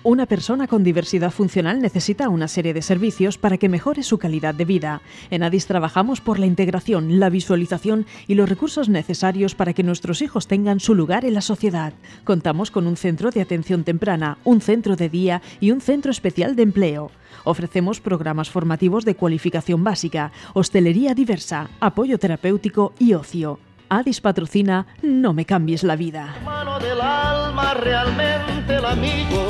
Una persona con diversidad funcional necesita una serie de servicios para que mejore su calidad de vida. En ADIS trabajamos por la integración, la visualización y los recursos necesarios para que nuestros hijos tengan su lugar en la sociedad. Contamos con un centro de atención temprana, un centro de día y un centro especial de empleo. Ofrecemos programas formativos de cualificación básica, hostelería diversa, apoyo terapéutico y ocio. ADIS patrocina No me cambies la vida. Mano del alma, realmente el amigo.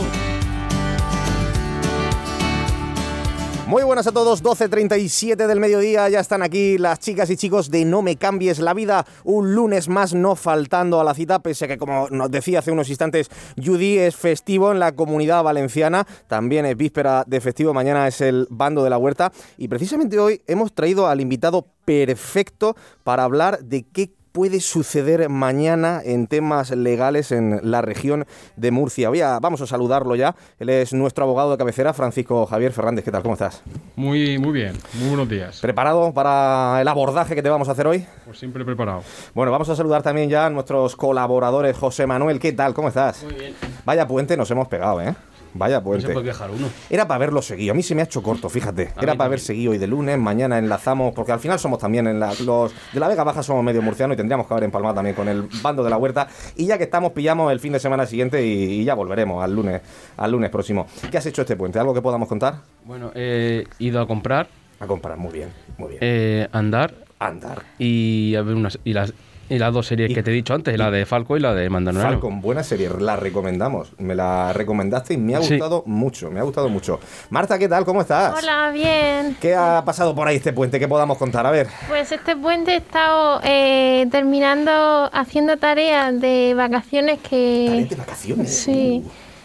Muy buenas a todos, 12:37 del mediodía, ya están aquí las chicas y chicos de No me cambies la vida, un lunes más no faltando a la cita, pese a que, como nos decía hace unos instantes Judy, es festivo en la Comunidad Valenciana, también es víspera de festivo, mañana es el Bando de la Huerta, y precisamente hoy hemos traído al invitado perfecto para hablar de qué puede suceder mañana en temas legales en la región de Murcia. Vamos a saludarlo ya. Él es nuestro abogado de cabecera, Francisco Javier Fernández. ¿Qué tal? ¿Cómo estás? Muy bien. Muy buenos días. ¿Preparado para el abordaje que te vamos a hacer hoy? Pues siempre preparado. Bueno, vamos a saludar también ya a nuestros colaboradores. José Manuel, ¿qué tal? ¿Cómo estás? Muy bien. Vaya puente nos hemos pegado, ¿eh? Vaya puente. No se puede viajar uno. Era para verlo seguido. A mí se me ha hecho corto, fíjate. Era para ver seguido y de lunes, mañana enlazamos, porque al final somos también, los de la Vega Baja somos medio murcianos y tendríamos que haber empalmado también con el Bando de la Huerta. Y ya que estamos, pillamos el fin de semana siguiente y ya volveremos al lunes próximo. ¿Qué has hecho este puente? ¿Algo que podamos contar? Bueno, he ido a comprar. A comprar, muy bien. Andar. Y a ver y las dos series que te he dicho antes, la de Falco y la de Mandaloriano. Falcon, buena serie, la recomendamos. Me la recomendaste y me ha gustado mucho, Marta, ¿qué tal? ¿Cómo estás? Hola, bien. ¿Qué ha pasado por ahí este puente? ¿Qué podamos contar? A ver. Pues este puente he estado haciendo tareas de vacaciones que... ¿Tareas de vacaciones? Sí.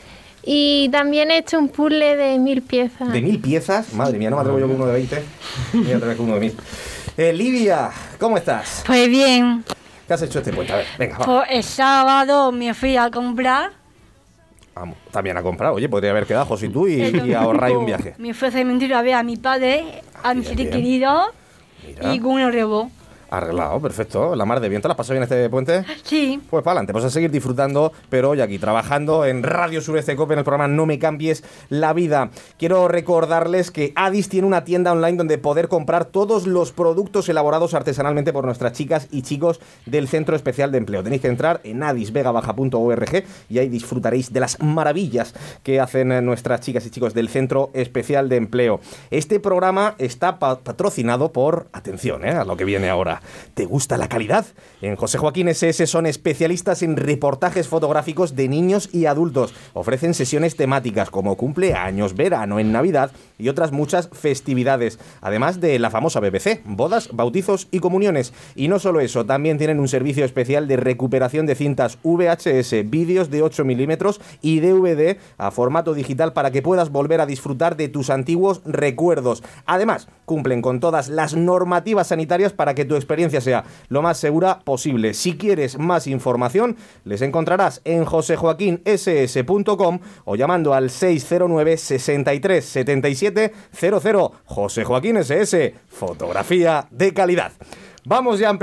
Y también he hecho un puzzle de 1000 piezas. ¿De 1000 piezas? Madre mía, no me atrevo yo con uno de 20. Voy a atrever con uno de 1000. Lidia, ¿cómo estás? Pues bien. ¿Qué has hecho este puente? A ver, venga, va. Pues el sábado me fui a comprar. Vamos, también a comprar. Oye, podría haber quedado José y tú y ahorráis un viaje. Me fui a cementerio a ver a mi padre, a mis seres queridos y con un rebo. Arreglado, perfecto. La mar de bien. ¿Te la has pasado bien este puente? Sí. Pues para adelante, pues a seguir disfrutando, pero hoy aquí trabajando en Radio Sureste Cope en el programa No me cambies la vida. Quiero recordarles que ADIS tiene una tienda online donde poder comprar todos los productos elaborados artesanalmente por nuestras chicas y chicos del Centro Especial de Empleo. Tenéis que entrar en adisvegabaja.org y ahí disfrutaréis de las maravillas que hacen nuestras chicas y chicos del Centro Especial de Empleo. Este programa está patrocinado por, atención, a lo que viene ahora. ¿Te gusta la calidad? En José Joaquín SS son especialistas en reportajes fotográficos de niños y adultos. Ofrecen sesiones temáticas como cumpleaños, verano, en Navidad y otras muchas festividades. Además de la famosa BBC, bodas, bautizos y comuniones. Y no solo eso, también tienen un servicio especial de recuperación de cintas VHS, vídeos de 8 milímetros y DVD a formato digital para que puedas volver a disfrutar de tus antiguos recuerdos. Además, cumplen con todas las normativas sanitarias para que tu experiencia sea lo más segura posible. Si quieres más información, les encontrarás en josejoaquinss.com o llamando al 609 63 77 00. José Joaquín SS, fotografía de calidad. Vamos ya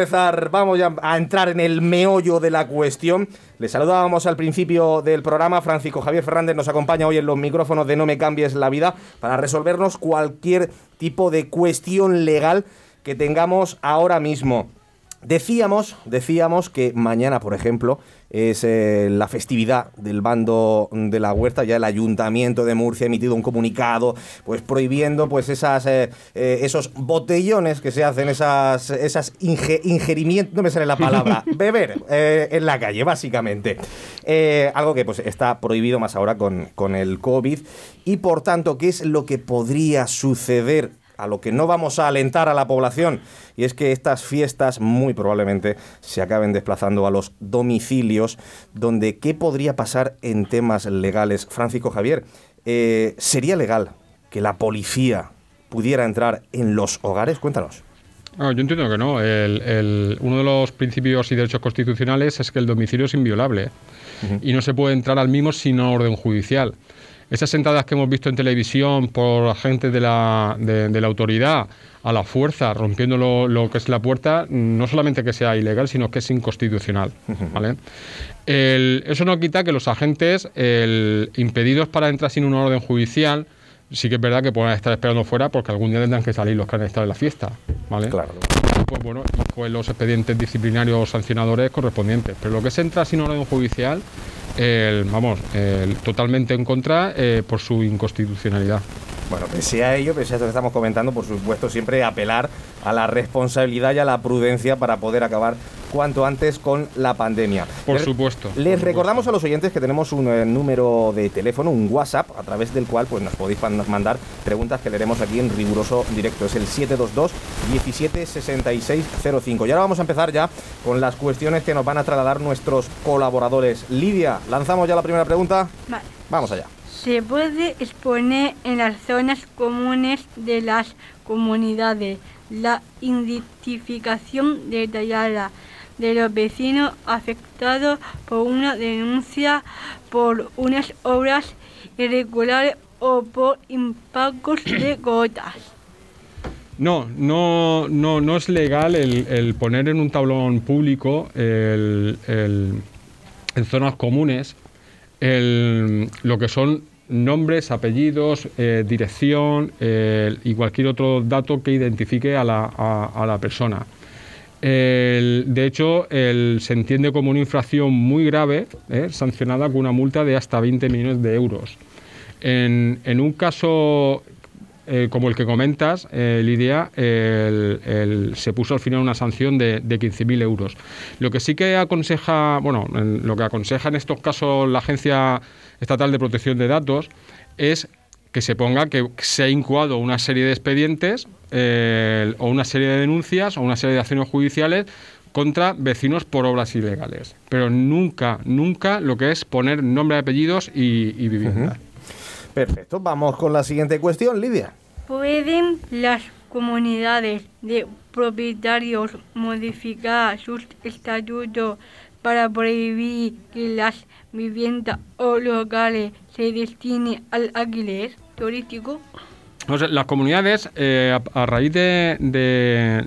a entrar en el meollo de la cuestión. Les saludábamos al principio del programa. Francisco Javier Fernández nos acompaña hoy en los micrófonos de No me cambies la vida para resolvernos cualquier tipo de cuestión legal que tengamos ahora mismo. Decíamos que mañana, por ejemplo, es la festividad del Bando de la Huerta. Ya el Ayuntamiento de Murcia ha emitido un comunicado pues prohibiendo pues esos botellones que se hacen, esas ingerimientos, no me sale la palabra, beber en la calle, básicamente. Algo que pues está prohibido más ahora con el COVID. Y por tanto, ¿qué es lo que podría suceder? A lo que no vamos a alentar a la población, y es que estas fiestas muy probablemente se acaben desplazando a los domicilios, donde ¿qué podría pasar en temas legales? Francisco Javier, ¿sería legal que la policía pudiera entrar en los hogares? Cuéntanos. No, yo entiendo que no. Uno de los principios y derechos constitucionales es que el domicilio es inviolable y no se puede entrar al mismo sin orden judicial. esas entradas que hemos visto en televisión por agentes de la autoridad a la fuerza, rompiendo lo que es la puerta, no solamente que sea ilegal, sino que es inconstitucional, ¿vale? Eso no quita que los agentes impedidos para entrar sin una orden judicial, sí que es verdad que pueden estar esperando fuera porque algún día tendrán que salir los que han estado en la fiesta, ¿vale? Claro. Pues bueno, y pues los expedientes disciplinarios sancionadores correspondientes. Pero lo que es entrar sin orden judicial, totalmente en contra por su inconstitucionalidad. Bueno, pese a ello, pese a esto que estamos comentando, por supuesto, siempre apelar a la responsabilidad y a la prudencia para poder acabar cuanto antes con la pandemia. Por supuesto. Les recordamos a los oyentes que tenemos un número de teléfono, un WhatsApp, a través del cual pues nos podéis mandar preguntas que leeremos aquí en riguroso directo. Es el 722 17 66 05. Y ahora vamos a empezar ya con las cuestiones que nos van a trasladar nuestros colaboradores. Lidia, ¿lanzamos ya la primera pregunta? Vale. Vamos allá. Se puede exponer en las zonas comunes de las comunidades la identificación detallada de los vecinos afectados por una denuncia por unas obras irregulares o por impactos de gotas. No es legal el poner en un tablón público en zonas comunes lo que son nombres, apellidos, dirección y cualquier otro dato que identifique a la persona. De hecho, se entiende como una infracción muy grave, sancionada con una multa de hasta 20 millones de euros. En un caso como el que comentas, Lidia, se puso al final una sanción de 15.000 euros. Lo que sí que aconseja, lo que aconseja en estos casos la Agencia Estatal de Protección de Datos es que se ponga que se ha incoado una serie de expedientes o una serie de denuncias o una serie de acciones judiciales contra vecinos por obras ilegales. Pero nunca lo que es poner nombre, apellidos y vivienda. Perfecto, vamos con la siguiente cuestión, Lidia. ¿Pueden las comunidades de propietarios modificar sus estatutos para prohibir que las viviendas o locales se destinen al alquiler turístico? O sea, las comunidades, a raíz de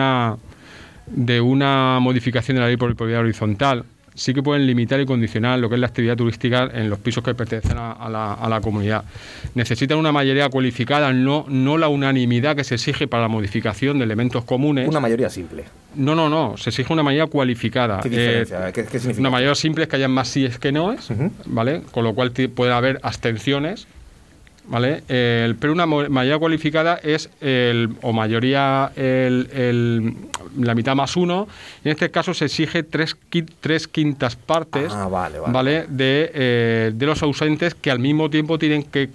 una modificación de la ley por propiedad horizontal, sí que pueden limitar y condicionar lo que es la actividad turística en los pisos que pertenecen a la comunidad. Necesitan una mayoría cualificada, no la unanimidad que se exige para la modificación de elementos comunes. Una mayoría simple. No, se exige una mayoría cualificada. ¿Qué diferencia? ¿Qué significa? Una mayoría simple es que haya más síes que noes, ¿vale? Con lo cual puede haber abstenciones, ¿vale? Pero una mayoría cualificada es mayoría la mitad más uno. En este caso se exige tres quintas partes, ¿vale? De los ausentes, que al mismo tiempo tienen que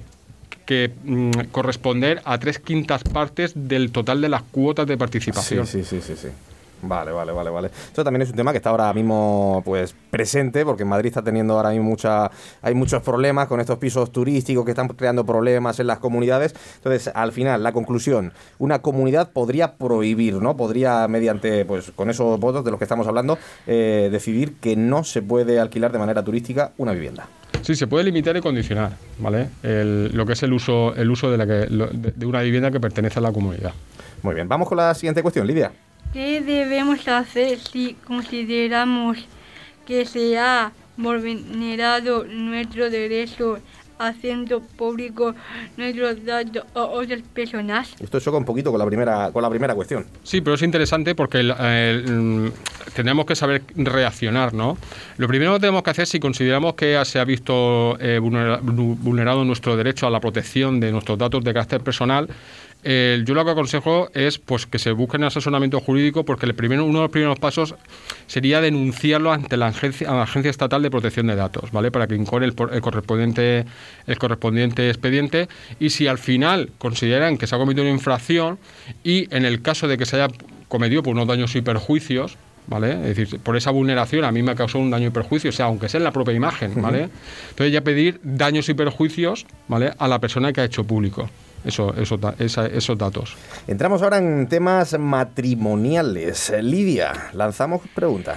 corresponder a 3/5 partes del total de las cuotas de participación. Sí. Vale. Esto también es un tema que está ahora mismo pues presente, porque en Madrid está teniendo ahora mismo hay muchos problemas con estos pisos turísticos que están creando problemas en las comunidades. Entonces, al final, la conclusión, una comunidad podría prohibir, ¿no? Podría, mediante, pues con esos votos de los que estamos hablando, decidir que no se puede alquilar de manera turística una vivienda. Sí, se puede limitar y condicionar, ¿vale? Lo que es el uso de una vivienda que pertenece a la comunidad. Muy bien, vamos con la siguiente cuestión, Lidia. ¿Qué debemos hacer si consideramos que se ha vulnerado nuestro derecho haciendo público nuestros datos a otras personas? Esto choca un poquito con la primera cuestión. Sí, pero es interesante porque tenemos que saber reaccionar, ¿no? Lo primero que tenemos que hacer, si consideramos que se ha visto vulnerado nuestro derecho a la protección de nuestros datos de carácter personal, yo lo que aconsejo es pues que se busquen asesoramiento jurídico, porque uno de los primeros pasos sería denunciarlo ante la Agencia Estatal de Protección de Datos, ¿vale? Para que incoe el correspondiente expediente, y si al final consideran que se ha cometido una infracción y en el caso de que se haya cometido por unos daños y perjuicios, ¿vale? Es decir, por esa vulneración a mí me ha causado un daño y perjuicio, o sea, aunque sea en la propia imagen, ¿vale? Entonces ya pedir daños y perjuicios, ¿vale?, a la persona que ha hecho público esos datos. Entramos ahora en temas matrimoniales. Lidia, lanzamos pregunta.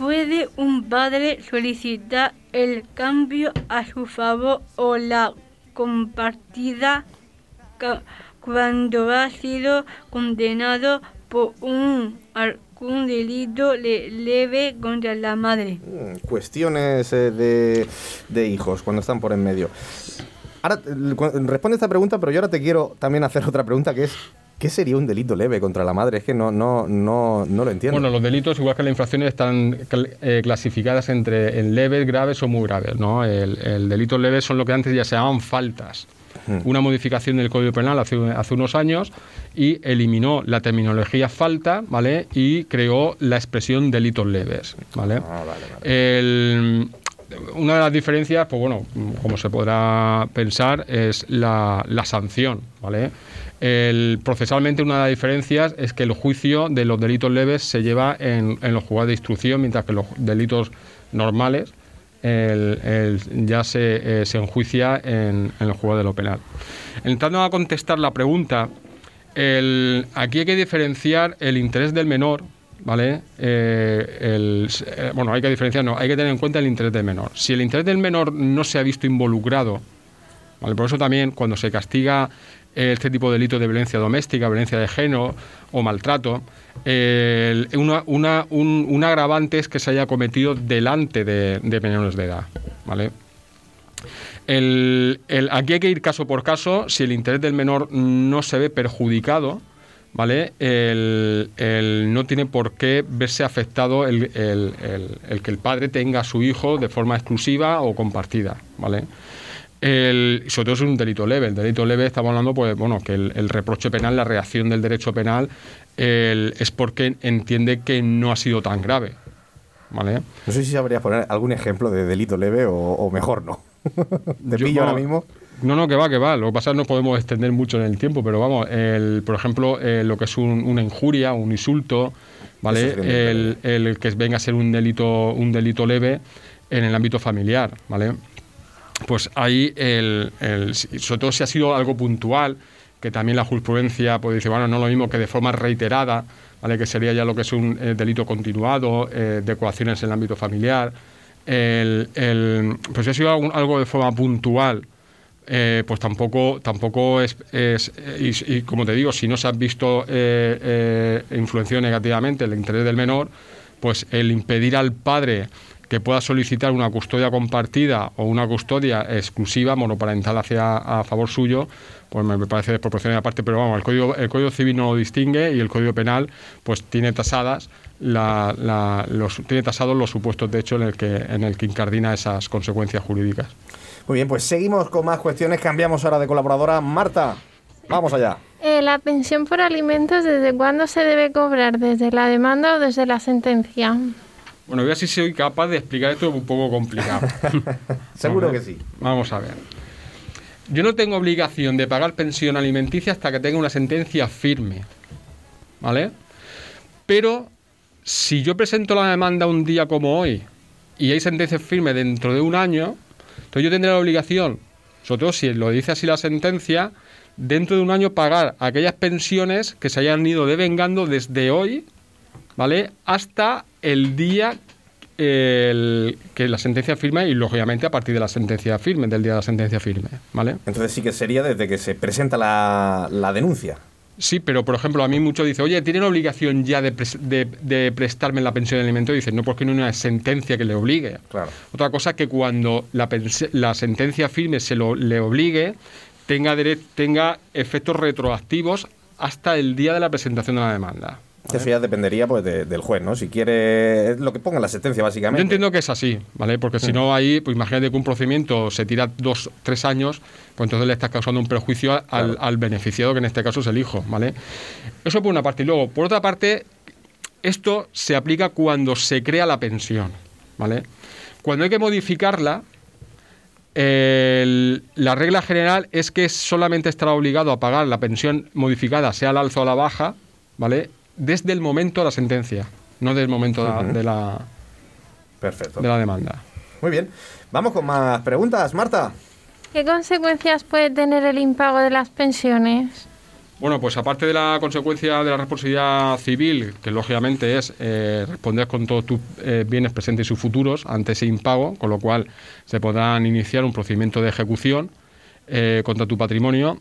¿Puede un padre solicitar el cambio a su favor o la compartida cuando ha sido condenado por algún delito leve contra la madre. Cuestiones de hijos cuando están por en medio. Ahora, responde esta pregunta, pero yo ahora te quiero también hacer otra pregunta, que es ¿qué sería un delito leve contra la madre? Es que no lo entiendo. Bueno, los delitos, igual que las infracciones, están clasificadas entre en leves, graves o muy graves, ¿no? El delito leve son lo que antes ya se llamaban faltas. Una modificación del Código Penal hace unos años y eliminó la terminología falta, ¿vale? Y creó la expresión delitos leves, ¿vale? Vale. Una de las diferencias, pues bueno, como se podrá pensar, es la sanción, ¿vale? Procesalmente, una de las diferencias es que el juicio de los delitos leves se lleva en los juzgados de instrucción, mientras que los delitos normales ya se enjuicia en el juzgado de lo penal. Entrando a contestar la pregunta, aquí hay que diferenciar el interés del menor, ¿vale? Hay que diferenciar, no, hay que tener en cuenta el interés del menor. Si el interés del menor no se ha visto involucrado, ¿vale? Por eso también cuando se castiga este tipo de delitos de violencia doméstica, violencia de género o maltrato, un agravante es que se haya cometido delante de menores de edad, ¿vale? Aquí hay que ir caso por caso. Si el interés del menor no se ve perjudicado, ¿vale? No tiene por qué verse afectado el que el padre tenga a su hijo de forma exclusiva o compartida, ¿vale? Sobre todo es un delito leve. El delito leve, estamos hablando, pues bueno, que el reproche penal, la reacción del derecho penal, es porque entiende que no ha sido tan grave, ¿vale? No sé si sabrías poner algún ejemplo de delito leve o mejor no. ¿Te pillo ahora mismo? No, que va. Lo que pasa es que no podemos extender mucho en el tiempo, pero vamos, por ejemplo, lo que es una injuria, un insulto, ¿vale? El que venga a ser un delito leve en el ámbito familiar, ¿vale? Pues ahí, sobre todo si ha sido algo puntual, que también la jurisprudencia pues dice, bueno, no lo mismo que de forma reiterada, ¿vale? Que sería ya lo que es un delito continuado, de coacciones en el ámbito familiar. Pues si ha sido algo de forma puntual, pues tampoco es y como te digo, si no se ha visto influenciado negativamente el interés del menor, pues el impedir al padre que pueda solicitar una custodia compartida o una custodia exclusiva monoparental a favor suyo, pues me parece desproporcionado aparte, pero vamos, el Código Civil no lo distingue y el Código Penal pues tiene tasados los supuestos de hecho en el que incardina esas consecuencias jurídicas. Muy bien, pues seguimos con más cuestiones, cambiamos ahora de colaboradora. Marta, vamos allá. La pensión por alimentos, ¿desde cuándo se debe cobrar? ¿Desde la demanda o desde la sentencia? Bueno, voy a ver si soy capaz de explicar esto, un poco complicado. Seguro que sí. Vamos a ver. Yo no tengo obligación de pagar pensión alimenticia hasta que tenga una sentencia firme, ¿vale? Pero si yo presento la demanda un día como hoy y hay sentencia firme dentro de un año, entonces yo tendré la obligación, sobre todo si lo dice así la sentencia, dentro de un año pagar aquellas pensiones que se hayan ido devengando desde hoy, ¿vale? Hasta el día que la sentencia firme y, lógicamente, a partir de la sentencia firme, del día de la sentencia firme, ¿vale? Entonces sí que sería desde que se presenta la denuncia. Sí, pero, por ejemplo, a mí muchos dicen, oye, ¿tienen obligación ya de prestarme la pensión de alimento? Y dicen, no, porque no hay una sentencia que le obligue. Claro. Otra cosa es que cuando la sentencia firme le obligue, tenga efectos retroactivos hasta el día de la presentación de la demanda. ¿Vale? Eso ya dependería pues del juez, ¿no? Si quiere lo que ponga en la sentencia, básicamente. Yo entiendo que es así, ¿vale? Porque si no, ahí, pues imagínate que un procedimiento se tira 2-3 años, pues entonces le estás causando un perjuicio al beneficiado, que en este caso es el hijo, ¿vale? Eso por una parte. Y luego, por otra parte, esto se aplica cuando se crea la pensión, ¿vale? Cuando hay que modificarla, la regla general es que solamente estará obligado a pagar la pensión modificada, sea al alza o a la baja, ¿vale? Desde el momento de la sentencia, no desde el momento de la demanda. Muy bien. Vamos con más preguntas, Marta. ¿Qué consecuencias puede tener el impago de las pensiones? Bueno, pues aparte de la consecuencia de la responsabilidad civil, que lógicamente es responder con todos tus bienes presentes y sus futuros ante ese impago, con lo cual se podrán iniciar un procedimiento de ejecución. contra tu patrimonio,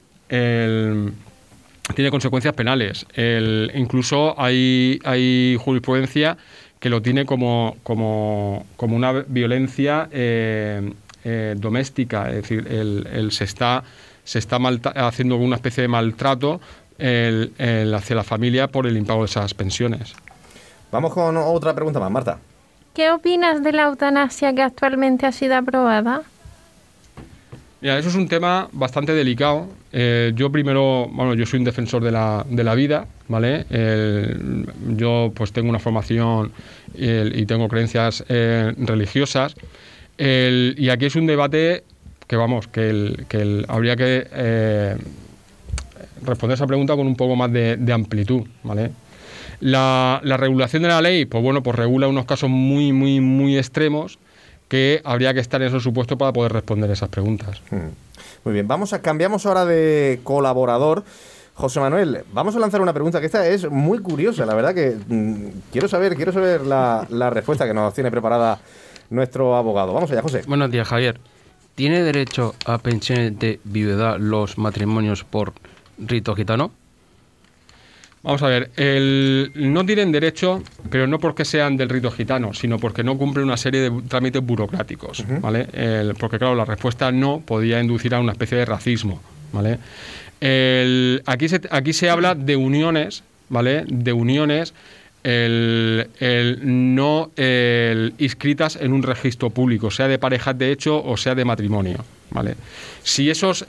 tiene consecuencias penales. Incluso hay jurisprudencia que lo tiene como una violencia doméstica, es decir, se está haciendo una especie de maltrato hacia la familia por el impago de esas pensiones. Vamos con otra pregunta más, Marta. ¿Qué opinas de la eutanasia que actualmente ha sido aprobada? Mira, eso es un tema bastante delicado. Yo soy un defensor de la vida, ¿vale? Yo pues tengo una formación y tengo creencias religiosas. Y aquí es un debate que habría que responder esa pregunta con un poco más de amplitud, ¿vale? La regulación de la ley, pues regula unos casos muy, muy, muy extremos que habría que estar en esos supuestos para poder responder esas preguntas. Muy bien, cambiamos ahora de colaborador. José Manuel, vamos a lanzar una pregunta que esta es muy curiosa, la verdad que quiero saber la respuesta que nos tiene preparada nuestro abogado. Vamos allá, José. Buenos días, Javier. ¿Tiene derecho a pensiones de viudedad los matrimonios por rito gitano? Vamos a ver, no tienen derecho, pero no porque sean del rito gitano, sino porque no cumplen una serie de trámites burocráticos, ¿vale? Porque claro, la respuesta no podía inducir a una especie de racismo, ¿vale? Aquí se habla de uniones, ¿vale? De uniones no inscritas en un registro público, sea de parejas de hecho o sea de matrimonio, ¿vale? Si esas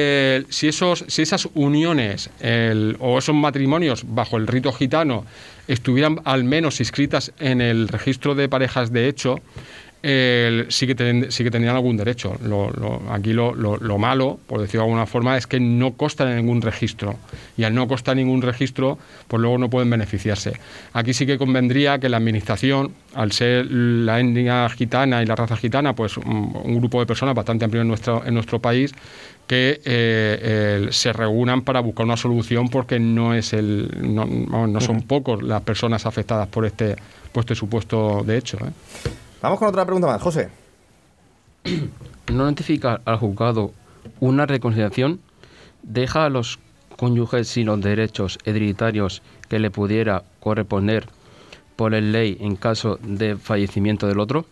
uniones o esos matrimonios bajo el rito gitano estuvieran al menos inscritas en el registro de parejas de hecho, sí que tendrían algún derecho. Aquí lo malo, por decirlo de alguna forma, es que no constan en ningún registro. Y al no constar ningún registro, pues luego no pueden beneficiarse. Aquí sí que convendría que la administración, al ser la etnia gitana y la raza gitana, pues un grupo de personas bastante amplio en nuestro país, que se reúnan para buscar una solución, porque no son pocos las personas afectadas por este supuesto de hecho, ¿eh? Vamos con otra pregunta más, José. ¿No notificar al juzgado una reconciliación deja a los cónyuges sin los derechos hereditarios que le pudiera corresponder por la ley en caso de fallecimiento del otro?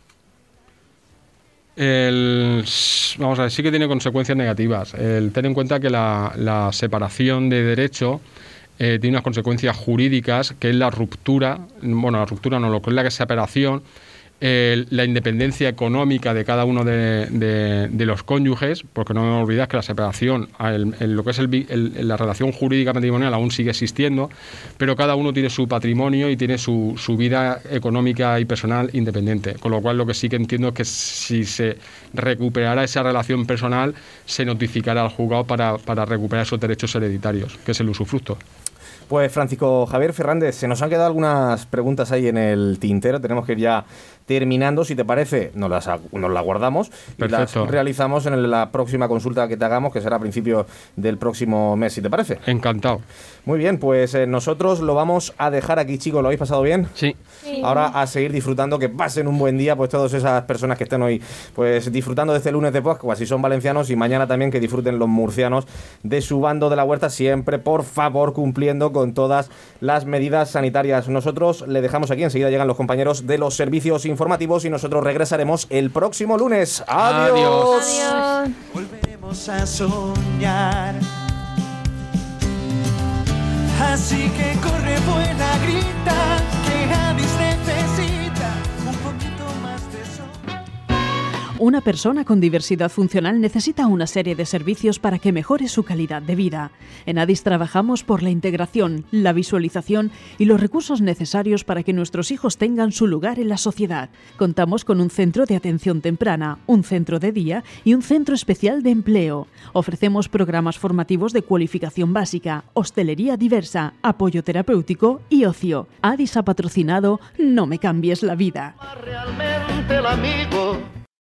Vamos a ver, sí que tiene consecuencias negativas. Ten en cuenta que la separación de derecho tiene unas consecuencias jurídicas, que es la ruptura, lo que es la separación, la independencia económica de cada uno de los cónyuges, porque no me olvides que la separación, lo que es la relación jurídica matrimonial aún sigue existiendo, pero cada uno tiene su patrimonio y tiene su vida económica y personal independiente, con lo cual lo que sí que entiendo es que si se recuperara esa relación personal, se notificará al juzgado para recuperar esos derechos hereditarios, que es el usufructo. Pues Francisco Javier Fernández, se nos han quedado algunas preguntas ahí en el tintero, tenemos que ir ya terminando. Si te parece, nos la guardamos. Perfecto. Y las realizamos en la próxima consulta que te hagamos, que será a principios del próximo mes, si te parece. Encantado. Muy bien, pues nosotros lo vamos a dejar aquí, chicos. ¿Lo habéis pasado bien? Sí. Ahora a seguir disfrutando, que pasen un buen día, pues todas esas personas que estén hoy pues disfrutando de este lunes de Pascua, si son valencianos, y mañana también que disfruten los murcianos de su bando de la Huerta, siempre, por favor, cumpliendo con todas las medidas sanitarias. Nosotros le dejamos aquí, enseguida llegan los compañeros de los servicios informativos y nosotros regresaremos el próximo lunes. ¡Adiós! Adiós. Volveremos a soñar. Así que corre, buena, grita, que Addis necesita un poquito más de sol. Una persona con diversidad funcional necesita una serie de servicios para que mejore su calidad de vida. En Addis trabajamos por la integración, la visualización y los recursos necesarios para que nuestros hijos tengan su lugar en la sociedad. Contamos con un centro de atención temprana, un centro de día y un centro especial de empleo. Ofrecemos programas formativos de cualificación básica, hostelería diversa, apoyo terapéutico y ocio. Addis ha patrocinado No me cambies la vida. Realmente el amigo